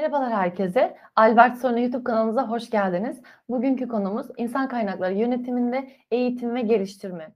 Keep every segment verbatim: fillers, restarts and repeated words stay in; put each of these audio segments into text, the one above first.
Merhabalar herkese. Albert Sonra YouTube kanalımıza hoş geldiniz. Bugünkü konumuz insan kaynakları yönetiminde eğitim ve geliştirme.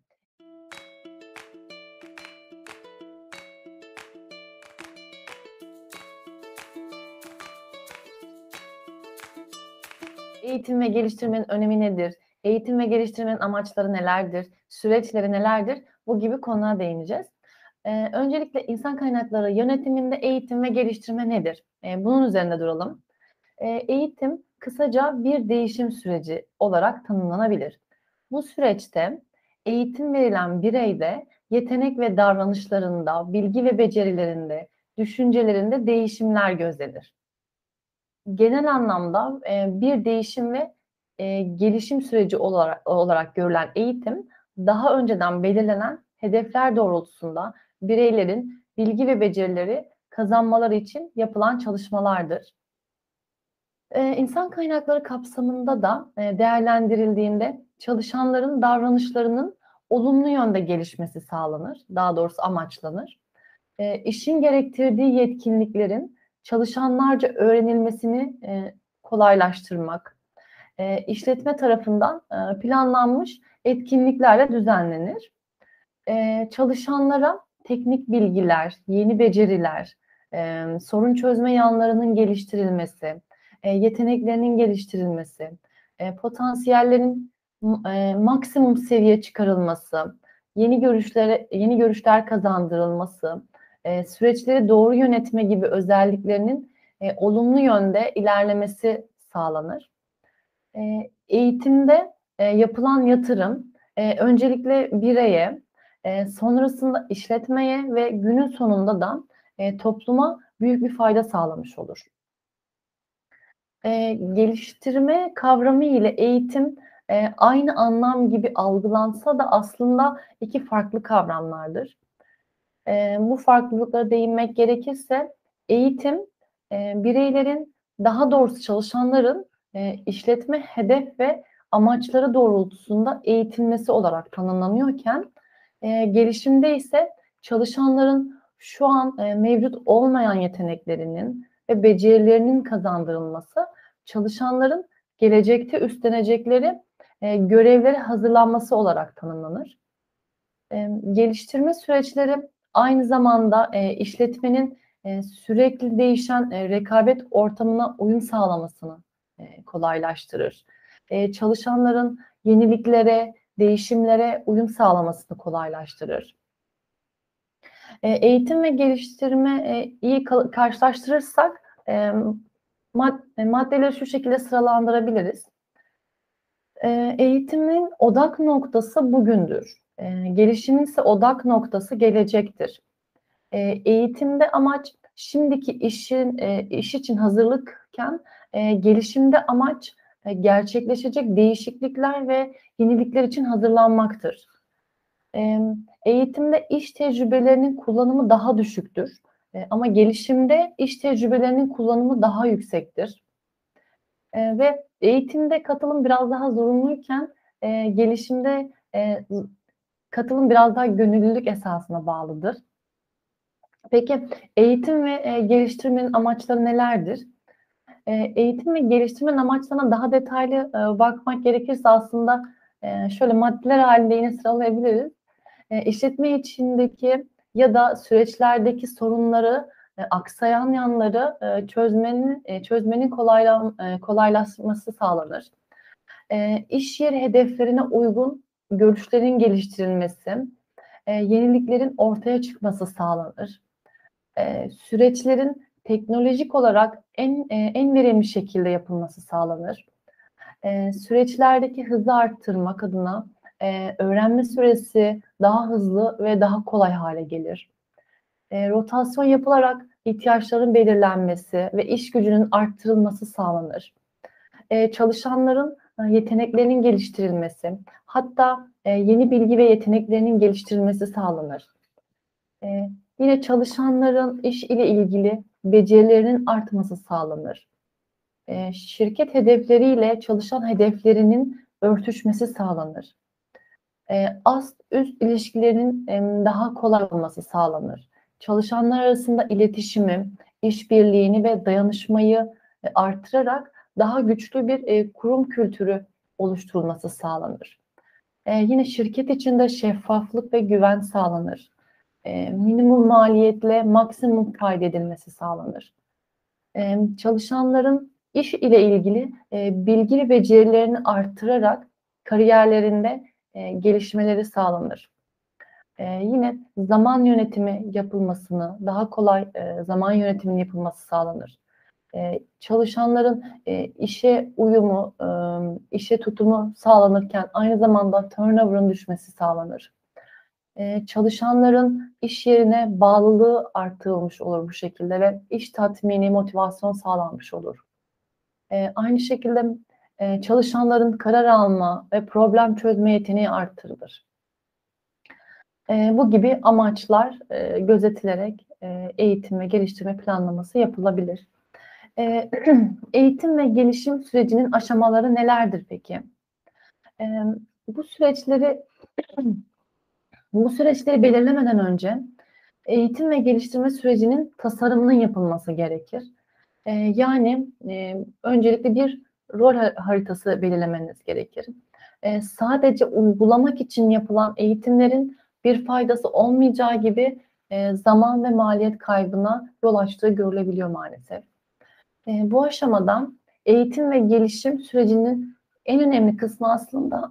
Eğitim ve geliştirmenin önemi nedir? Eğitim ve geliştirmenin amaçları nelerdir? Süreçleri nelerdir? Bu gibi konulara değineceğiz. Ee, öncelikle insan kaynakları yönetiminde eğitim ve geliştirme nedir? Ee, bunun üzerinde duralım. Ee, eğitim kısaca bir değişim süreci olarak tanımlanabilir. Bu süreçte eğitim verilen bireyde yetenek ve davranışlarında, bilgi ve becerilerinde, düşüncelerinde değişimler gözlenir. Genel anlamda e, bir değişim ve e, gelişim süreci olarak, olarak görülen eğitim, daha önceden belirlenen hedefler doğrultusunda bireylerin bilgi ve becerileri kazanmaları için yapılan çalışmalardır. Ee, insan kaynakları kapsamında da e, değerlendirildiğinde çalışanların davranışlarının olumlu yönde gelişmesi sağlanır, daha doğrusu amaçlanır. E, işin gerektirdiği yetkinliklerin çalışanlarca öğrenilmesini e, kolaylaştırmak, e, işletme tarafından e, planlanmış etkinliklerle düzenlenir. E, çalışanlara teknik bilgiler, yeni beceriler, e, sorun çözme yanlarının geliştirilmesi, e, yeteneklerinin geliştirilmesi, e, potansiyellerin e, maksimum seviye çıkarılması, yeni görüşlere yeni görüşler kazandırılması, e, süreçleri doğru yönetme gibi özelliklerinin e, olumlu yönde ilerlemesi sağlanır. E, eğitimde e, yapılan yatırım e, öncelikle bireye, e, sonrasında işletmeye ve günün sonunda da e, topluma büyük bir fayda sağlamış olur. E, geliştirme kavramı ile eğitim e, aynı anlam gibi algılansa da aslında iki farklı kavramlardır. E, bu farklılıklara değinmek gerekirse eğitim e, bireylerin, daha doğrusu çalışanların e, işletme hedef ve amaçları doğrultusunda eğitilmesi olarak tanımlanıyorken e, gelişimde ise çalışanların şu an e, mevcut olmayan yeteneklerinin ve becerilerinin kazandırılması, çalışanların gelecekte üstlenecekleri e, görevlere hazırlanması olarak tanımlanır. E, geliştirme süreçleri aynı zamanda e, işletmenin e, sürekli değişen e, rekabet ortamına uyum sağlamasını e, kolaylaştırır. E, çalışanların yeniliklere, değişimlere uyum sağlamasını kolaylaştırır. E, eğitim ve geliştirme e, iyi karşılaştırırsak e, mad maddeleri şu şekilde sıralandırabiliriz. E, eğitimin odak noktası bugündür. E, gelişimin ise odak noktası gelecektir. E, eğitimde amaç şimdiki işin e, iş için hazırlıkken e, gelişimde amaç e, gerçekleşecek değişiklikler ve yenilikler için hazırlanmaktır. E, eğitimde iş tecrübelerinin kullanımı daha düşüktür. E, ama gelişimde iş tecrübelerinin kullanımı daha yüksektir. E, ve eğitimde katılım biraz daha zorunluyken e, gelişimde e, katılım biraz daha gönüllülük esasına bağlıdır. Peki eğitim ve e, geliştirmenin amaçları nelerdir? E, eğitim ve geliştirmenin amaçlarına daha detaylı e, bakmak gerekirse aslında e, şöyle maddeler halinde yine sıralayabiliriz. E, işletme içindeki ya da süreçlerdeki sorunları, e, aksayan yanları e, çözmenin e, çözmenin kolayla, e, kolaylaşması sağlanır. E, iş yeri hedeflerine uygun görüşlerin geliştirilmesi, e, yeniliklerin ortaya çıkması sağlanır. E, süreçlerin teknolojik olarak en e, en verimli şekilde yapılması sağlanır. E, süreçlerdeki hızı arttırmak adına e, öğrenme süresi daha hızlı ve daha kolay hale gelir. E, rotasyon yapılarak ihtiyaçların belirlenmesi ve iş gücünün arttırılması sağlanır. E, çalışanların e, yeteneklerinin geliştirilmesi, hatta e, yeni bilgi ve yeteneklerinin geliştirilmesi sağlanır. E, yine çalışanların iş ile ilgili becerilerinin artması sağlanır. E, şirket hedefleriyle çalışan hedeflerinin örtüşmesi sağlanır. E, ast-üst ilişkilerinin e, daha kolay olması sağlanır. Çalışanlar arasında iletişimi, işbirliğini ve dayanışmayı e, artırarak daha güçlü bir e, kurum kültürü oluşturulması sağlanır. E, yine şirket içinde şeffaflık ve güven sağlanır. E, minimum maliyetle maksimum fayda edilmesi sağlanır. E, çalışanların iş ile ilgili e, bilgi ve becerilerini artırarak kariyerlerinde e, gelişmeleri sağlanır. E, yine zaman yönetimi yapılmasını, daha kolay e, zaman yönetiminin yapılması sağlanır. E, çalışanların e, işe uyumu, e, işe tutumu sağlanırken aynı zamanda turnover'ın düşmesi sağlanır. E, çalışanların iş yerine bağlılığı artırılmış olur bu şekilde ve iş tatmini, motivasyon sağlanmış olur. E, aynı şekilde e, çalışanların karar alma ve problem çözme yeteneği artırılır. E, bu gibi amaçlar e, gözetilerek e, eğitim ve geliştirme planlaması yapılabilir. E, eğitim ve gelişim sürecinin aşamaları nelerdir peki? E, bu süreçleri bu süreçleri belirlemeden önce eğitim ve geliştirme sürecinin tasarımının yapılması gerekir. E, yani e, öncelikle bir rol haritası belirlemeniz gerekir. E, sadece uygulamak için yapılan eğitimlerin bir faydası olmayacağı gibi e, zaman ve maliyet kaybına yol açtığı görülebiliyor maalesef. E, bu aşamadan eğitim ve gelişim sürecinin en önemli kısmı aslında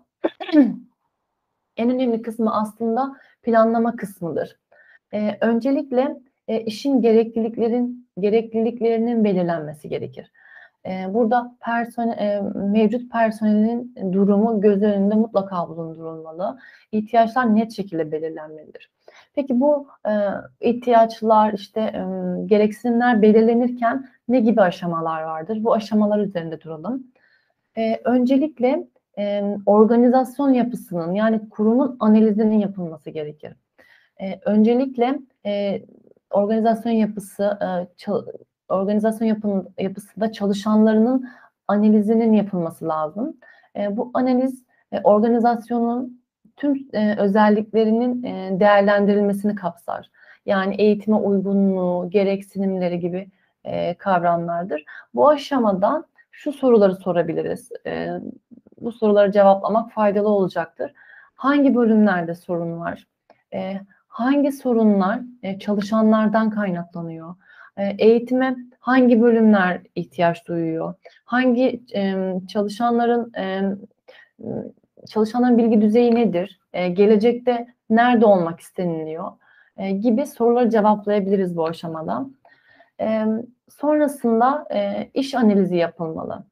en önemli kısmı aslında planlama kısmıdır. E, öncelikle e, işin gerekliliklerin gerekliliklerinin belirlenmesi gerekir. E, burada personel, e, mevcut personelin durumu göz önünde mutlaka bulundurulmalı. İhtiyaçlar net şekilde belirlenmelidir. Peki bu e, ihtiyaçlar, işte e, gereksinimler belirlenirken ne gibi aşamalar vardır? Bu aşamalar üzerinde duralım. E, öncelikle e, organizasyon yapısının, yani kurumun analizinin yapılması gerekir. E, öncelikle e, organizasyon yapısı, e, çal, organizasyon yapın, yapısında çalışanlarının analizinin yapılması lazım. E, bu analiz e, organizasyonun tüm e, özelliklerinin e, değerlendirilmesini kapsar. Yani eğitime uygunluğu, gereksinimleri gibi e, kavramlardır. Bu aşamadan şu soruları sorabiliriz. E, bu soruları cevaplamak faydalı olacaktır. Hangi bölümlerde sorun var? E, hangi sorunlar e, çalışanlardan kaynaklanıyor? E, eğitime hangi bölümler ihtiyaç duyuyor? Hangi e, çalışanların e, çalışanların bilgi düzeyi nedir? E, gelecekte nerede olmak isteniliyor? E, gibi soruları cevaplayabiliriz bu aşamada. E, sonrasında e, iş analizi yapılmalı.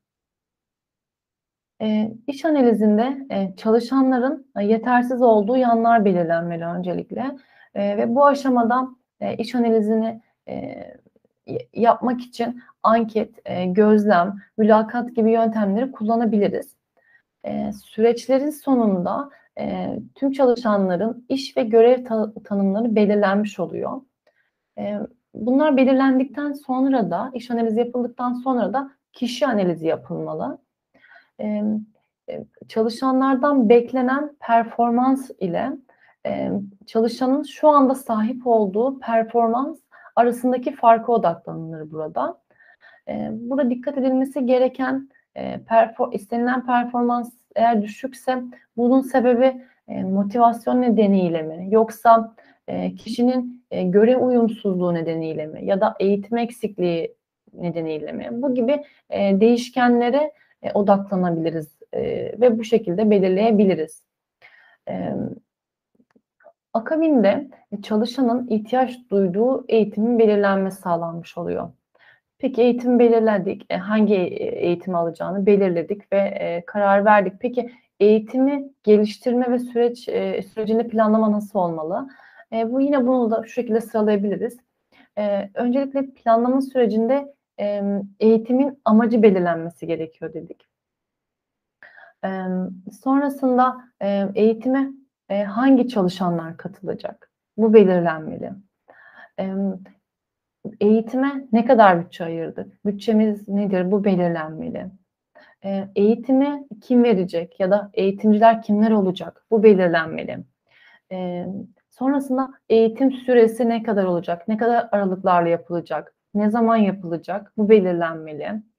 E, iş analizinde e, çalışanların e, yetersiz olduğu yanlar belirlenmeli öncelikle. E, ve bu aşamadan e, iş analizini e, yapmak için anket, e, gözlem, mülakat gibi yöntemleri kullanabiliriz. E, süreçlerin sonunda e, tüm çalışanların iş ve görev ta tanımları belirlenmiş oluyor. E, bunlar belirlendikten sonra da, iş analizi yapıldıktan sonra da kişi analizi yapılmalı. E, çalışanlardan beklenen performans ile e, çalışanın şu anda sahip olduğu performans arasındaki farka odaklanılır burada. E, burada dikkat edilmesi gereken e, perfor istenilen performans eğer düşükse bunun sebebi e, motivasyon nedeniyle mi, yoksa e, kişinin e, görev uyumsuzluğu nedeniyle mi, ya da eğitim eksikliği nedeniyle mi? Bu gibi e, değişkenlere e, odaklanabiliriz e, ve bu şekilde belirleyebiliriz. E, akabinde çalışanın ihtiyaç duyduğu eğitimin belirlenmesi sağlanmış oluyor. Peki eğitimi belirledik. E, hangi eğitimi alacağını belirledik ve e, karar verdik. Peki eğitimi geliştirme ve süreç e, sürecinde planlama nasıl olmalı? E, bu yine bunu da şu şekilde sıralayabiliriz. E, öncelikle planlama sürecinde e, eğitimin amacı belirlenmesi gerekiyor dedik. E, sonrasında e, eğitime e, hangi çalışanlar katılacak? Bu belirlenmeli. E, Eğitime ne kadar bütçe ayırdık? Bütçemiz nedir? Bu belirlenmeli. E, eğitimi kim verecek ya da eğitimciler kimler olacak? Bu belirlenmeli. E, sonrasında eğitim süresi ne kadar olacak? Ne kadar aralıklarla yapılacak? Ne zaman yapılacak? Bu belirlenmeli.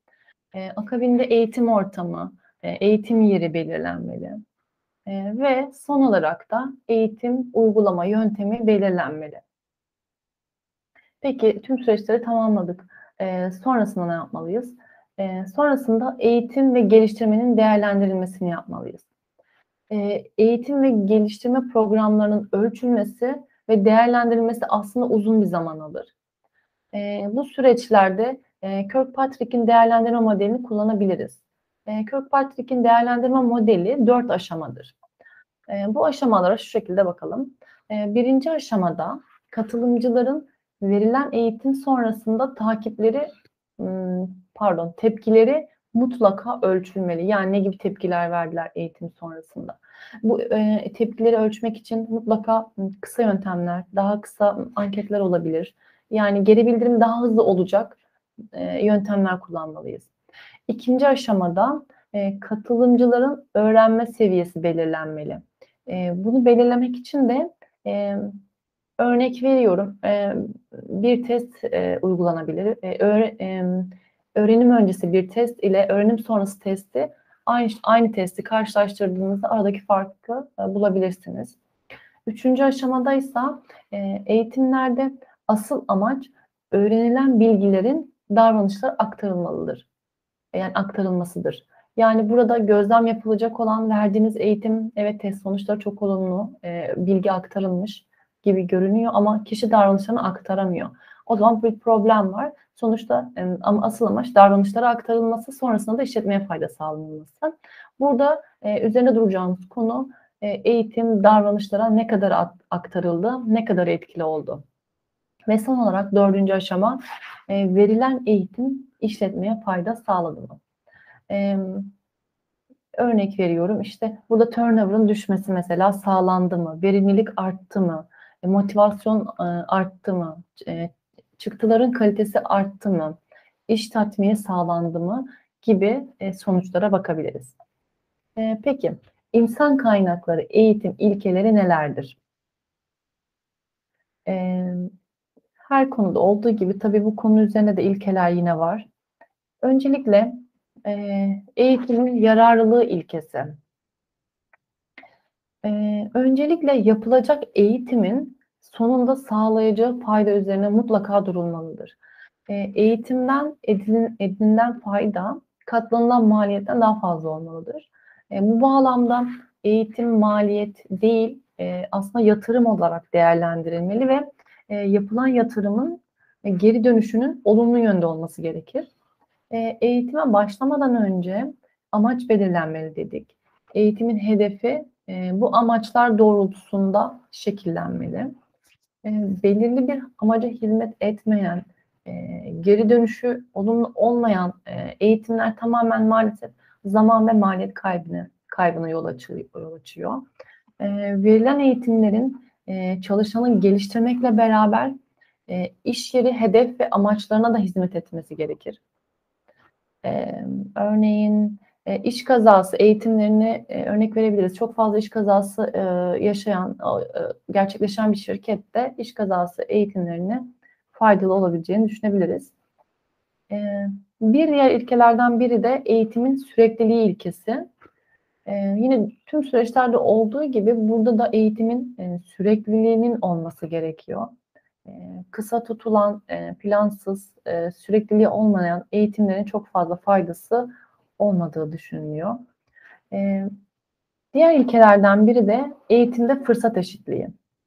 E, akabinde eğitim ortamı, e, eğitim yeri belirlenmeli. E, ve son olarak da eğitim uygulama yöntemi belirlenmeli. Peki tüm süreçleri tamamladık. E, sonrasında ne yapmalıyız? E, sonrasında eğitim ve geliştirmenin değerlendirilmesini yapmalıyız. E, eğitim ve geliştirme programlarının ölçülmesi ve değerlendirilmesi aslında uzun bir zaman alır. E, bu süreçlerde e, Kirkpatrick'in değerlendirme modelini kullanabiliriz. E, Kirkpatrick'in değerlendirme modeli dört aşamadır. E, bu aşamalara şu şekilde bakalım. E, birinci aşamada katılımcıların verilen eğitim sonrasında takipleri, pardon, tepkileri mutlaka ölçülmeli. Yani ne gibi tepkiler verdiler eğitim sonrasında? Bu e, tepkileri ölçmek için mutlaka kısa yöntemler, daha kısa anketler olabilir. Yani geri bildirim daha hızlı olacak e, yöntemler kullanmalıyız. İkinci aşamada e, katılımcıların öğrenme seviyesi belirlenmeli. E, bunu belirlemek için de e, örnek veriyorum, e, bir test e, uygulanabilir. E, öğre, e, öğrenim öncesi bir test ile öğrenim sonrası testi aynı, aynı testi karşılaştırdığınızda aradaki farkı e, bulabilirsiniz. Üçüncü aşamada ise e, eğitimlerde asıl amaç öğrenilen bilgilerin davranışlara aktarılmalıdır. Yani aktarılmasıdır. Yani burada gözlem yapılacak olan verdiğiniz eğitim, evet test sonuçları çok olumlu, e, bilgi aktarılmış gibi görünüyor ama kişi davranışlarını aktaramıyor. O zaman bir problem var. Sonuçta e, ama asıl amaç davranışlara aktarılması, sonrasında da işletmeye fayda sağlanması. Burada e, üzerine duracağımız konu e, eğitim davranışlara ne kadar aktarıldı, ne kadar etkili oldu. Ve son olarak dördüncü aşama e, verilen eğitim işletmeye fayda sağladı mı? Ee, örnek veriyorum, işte burada turnover'ın düşmesi mesela sağlandı mı? Verimlilik arttı mı? E, motivasyon e, arttı mı? E, çıktıların kalitesi arttı mı? İş tatmini sağlandı mı? Gibi e, sonuçlara bakabiliriz. E, peki, insan kaynakları eğitim ilkeleri nelerdir? E, her konuda olduğu gibi tabii bu konu üzerine de ilkeler yine var. Öncelikle e, eğitimin yararlılığı ilkesi. Ee, öncelikle yapılacak eğitimin sonunda sağlayacağı fayda üzerine mutlaka durulmalıdır. Ee, eğitimden edin, edinilen fayda katlanılan maliyetten daha fazla olmalıdır. Ee, bu bağlamda eğitim maliyet değil, e, aslında yatırım olarak değerlendirilmeli ve e, yapılan yatırımın e, geri dönüşünün olumlu yönde olması gerekir. E, eğitime başlamadan önce amaç belirlenmeli dedik. Eğitimin hedefi e, bu amaçlar doğrultusunda şekillenmeli. E, belirli bir amaca hizmet etmeyen, e, geri dönüşü olumlu olmayan e, eğitimler tamamen maalesef zaman ve maliyet kaybına, kaybına yol açıyor. Yol açıyor. E, verilen eğitimlerin e, çalışanı geliştirmekle beraber e, iş yeri hedef ve amaçlarına da hizmet etmesi gerekir. Ee, örneğin e, iş kazası eğitimlerini e, örnek verebiliriz. Çok fazla iş kazası e, yaşayan, e, gerçekleşen bir şirkette iş kazası eğitimlerini faydalı olabileceğini düşünebiliriz. E, bir diğer ilkelerden biri de eğitimin sürekliliği ilkesi. E, yine tüm süreçlerde olduğu gibi burada da eğitimin e, sürekliliğinin olması gerekiyor. Kısa tutulan, plansız, sürekliliği olmayan eğitimlerin çok fazla faydası olmadığı düşünülüyor. Diğer ilkelerden biri de eğitimde fırsat eşitliği.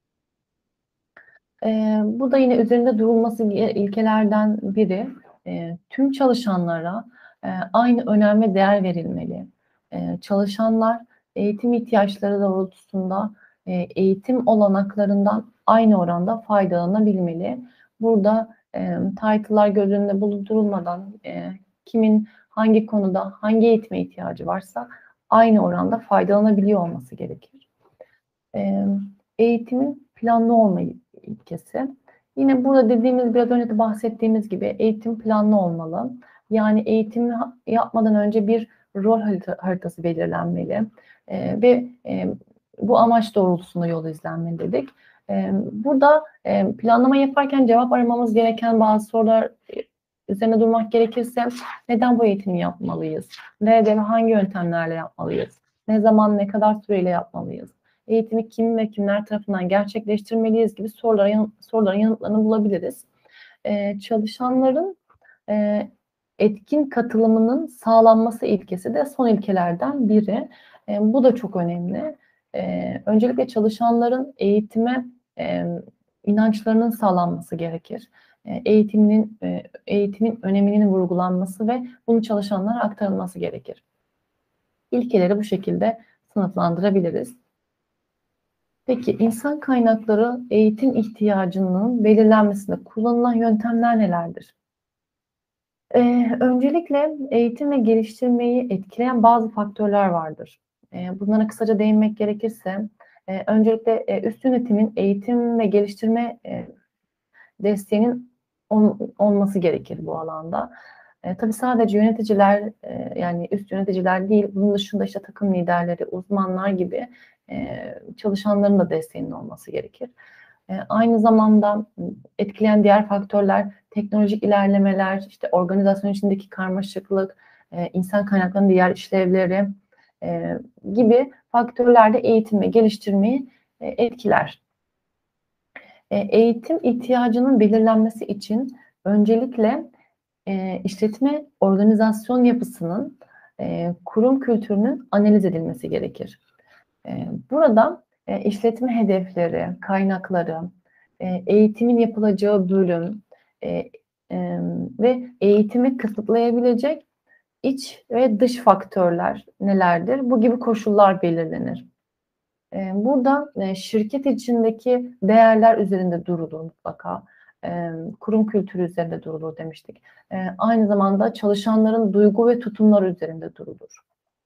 Bu da yine üzerinde durulması ilkelerden biri. Tüm çalışanlara aynı önem ve değer verilmeli. Çalışanlar eğitim ihtiyaçları doğrultusunda eğitim olanaklarından aynı oranda faydalanabilmeli. Burada e, title'lar göz önünde bulundurulmadan e, kimin hangi konuda hangi eğitime ihtiyacı varsa aynı oranda faydalanabiliyor olması gerekir. E, eğitimin planlı olma ilkesi. Yine burada dediğimiz, biraz önce de bahsettiğimiz gibi eğitim planlı olmalı. Yani eğitimi yapmadan önce bir rol haritası belirlenmeli e, ve e, bu amaç doğrultusunda yol izlenmeli dedik. E, burada e, planlama yaparken cevap aramamız gereken bazı sorular üzerine durmak gerekirse neden bu eğitimi yapmalıyız? Nerede ve hangi yöntemlerle yapmalıyız? Ne zaman, ne kadar süreyle yapmalıyız? Eğitimi kim ve kimler tarafından gerçekleştirmeliyiz gibi sorulara, yanıt, soruların yanıtlarını bulabiliriz. Ee, çalışanların e, etkin katılımının sağlanması ilkesi de son ilkelerden biri. E, bu da çok önemli. E, öncelikle çalışanların eğitime e, inançlarının sağlanması gerekir. E, eğitiminin e, eğitimin öneminin vurgulanması ve bunu çalışanlara aktarılması gerekir. İlkeleri bu şekilde sınıflandırabiliriz. Peki insan kaynakları eğitim ihtiyacının belirlenmesinde kullanılan yöntemler nelerdir? Ee, öncelikle eğitim ve geliştirmeyi etkileyen bazı faktörler vardır. Ee, bunlara kısaca değinmek gerekirse, e, öncelikle e, üst yönetimin eğitim ve geliştirme e, desteğinin ol, olması gerekir bu alanda. E, tabii sadece yöneticiler, e, yani üst yöneticiler değil, bunun dışında işte takım liderleri, uzmanlar gibi e, çalışanların da desteğinin olması gerekir. E, aynı zamanda etkileyen diğer faktörler teknolojik ilerlemeler, işte organizasyon içindeki karmaşıklık, e, insan kaynaklarının diğer işlevleri e, gibi faktörler de eğitim ve geliştirmeyi e, etkiler. E, eğitim ihtiyacının belirlenmesi için öncelikle e, işletme organizasyon yapısının, e, kurum kültürünün analiz edilmesi gerekir. E, burada e, işletme hedefleri, kaynakları, e, eğitimin yapılacağı bölüm e, e, ve eğitimi kısıtlayabilecek iç ve dış faktörler nelerdir? Bu gibi koşullar belirlenir. E, burada e, şirket içindeki değerler üzerinde durulur mutlaka. E, kurum kültürü üzerinde durulur demiştik. E, aynı zamanda çalışanların duygu ve tutumlar üzerinde durulur.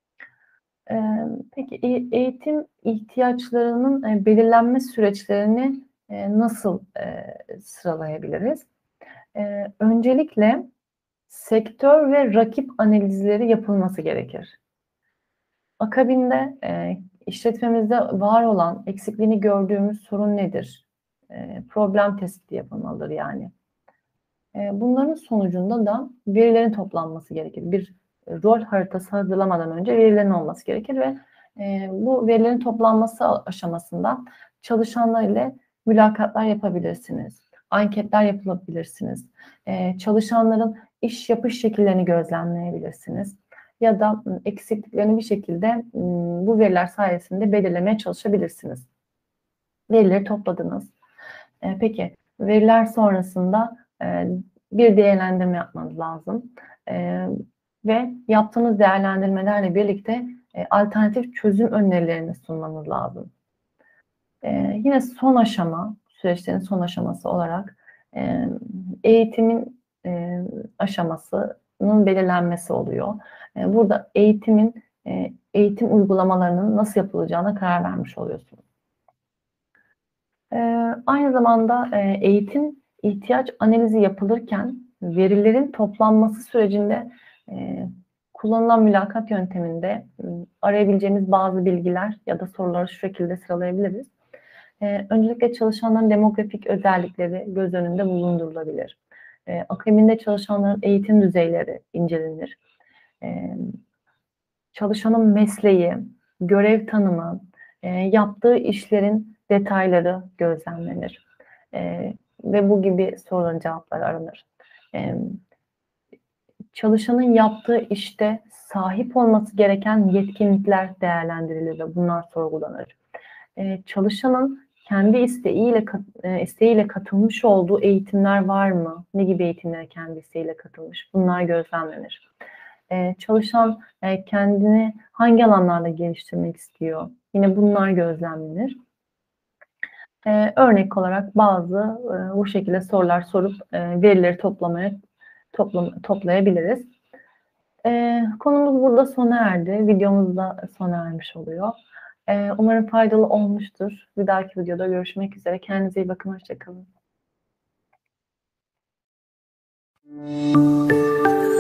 Peki eğitim ihtiyaçlarının belirlenme süreçlerini nasıl sıralayabiliriz? Öncelikle sektör ve rakip analizleri yapılması gerekir. Akabinde işletmemizde var olan eksikliğini gördüğümüz sorun nedir? Problem tespiti yapılmalıdır yani. Bunların sonucunda da verilerin toplanması gerekir. Bir rol haritası hazırlamadan önce verilerin olması gerekir ve bu verilerin toplanması aşamasında çalışanlar ile mülakatlar yapabilirsiniz. Anketler yapabilirsiniz. Çalışanların iş yapış şekillerini gözlemleyebilirsiniz. Ya da eksikliklerini bir şekilde bu veriler sayesinde belirlemeye çalışabilirsiniz. Verileri topladınız. Peki veriler sonrasında bir değerlendirme yapmanız lazım. Ve yaptığınız değerlendirmelerle birlikte alternatif çözüm önerilerini sunmanız lazım. Yine son aşama, süreçlerin son aşaması olarak eğitimin aşamasının belirlenmesi oluyor. Burada eğitimin, eğitim uygulamalarının nasıl yapılacağına karar vermiş oluyorsunuz. Aynı zamanda eğitim ihtiyaç analizi yapılırken verilerin toplanması sürecinde kullanılan mülakat yönteminde arayabileceğimiz bazı bilgiler ya da soruları şu şekilde sıralayabiliriz. Öncelikle çalışanların demografik özellikleri göz önünde bulundurulabilir. Akabinde çalışanların eğitim düzeyleri incelenir. Çalışanın mesleği, görev tanımı, yaptığı işlerin detayları gözlemlenir. Ve bu gibi soruların cevapları aranır. Çalışanın yaptığı işte sahip olması gereken yetkinlikler değerlendirilir ve bunlar sorgulanır. Çalışanın kendi isteğiyle isteğiyle katılmış olduğu eğitimler var mı? Ne gibi eğitimlere kendi isteğiyle katılmış? Bunlar gözlemlenir. Çalışan kendini hangi alanlarda geliştirmek istiyor? Yine bunlar gözlemlenir. Örnek olarak bazı bu şekilde sorular sorup verileri toplamaya toplam, toplayabiliriz. Konumuz burada sona erdi. Videomuz da sona ermiş oluyor. Umarım faydalı olmuştur. Bir dahaki videoda görüşmek üzere. Kendinize iyi bakın. Hoşça kalın.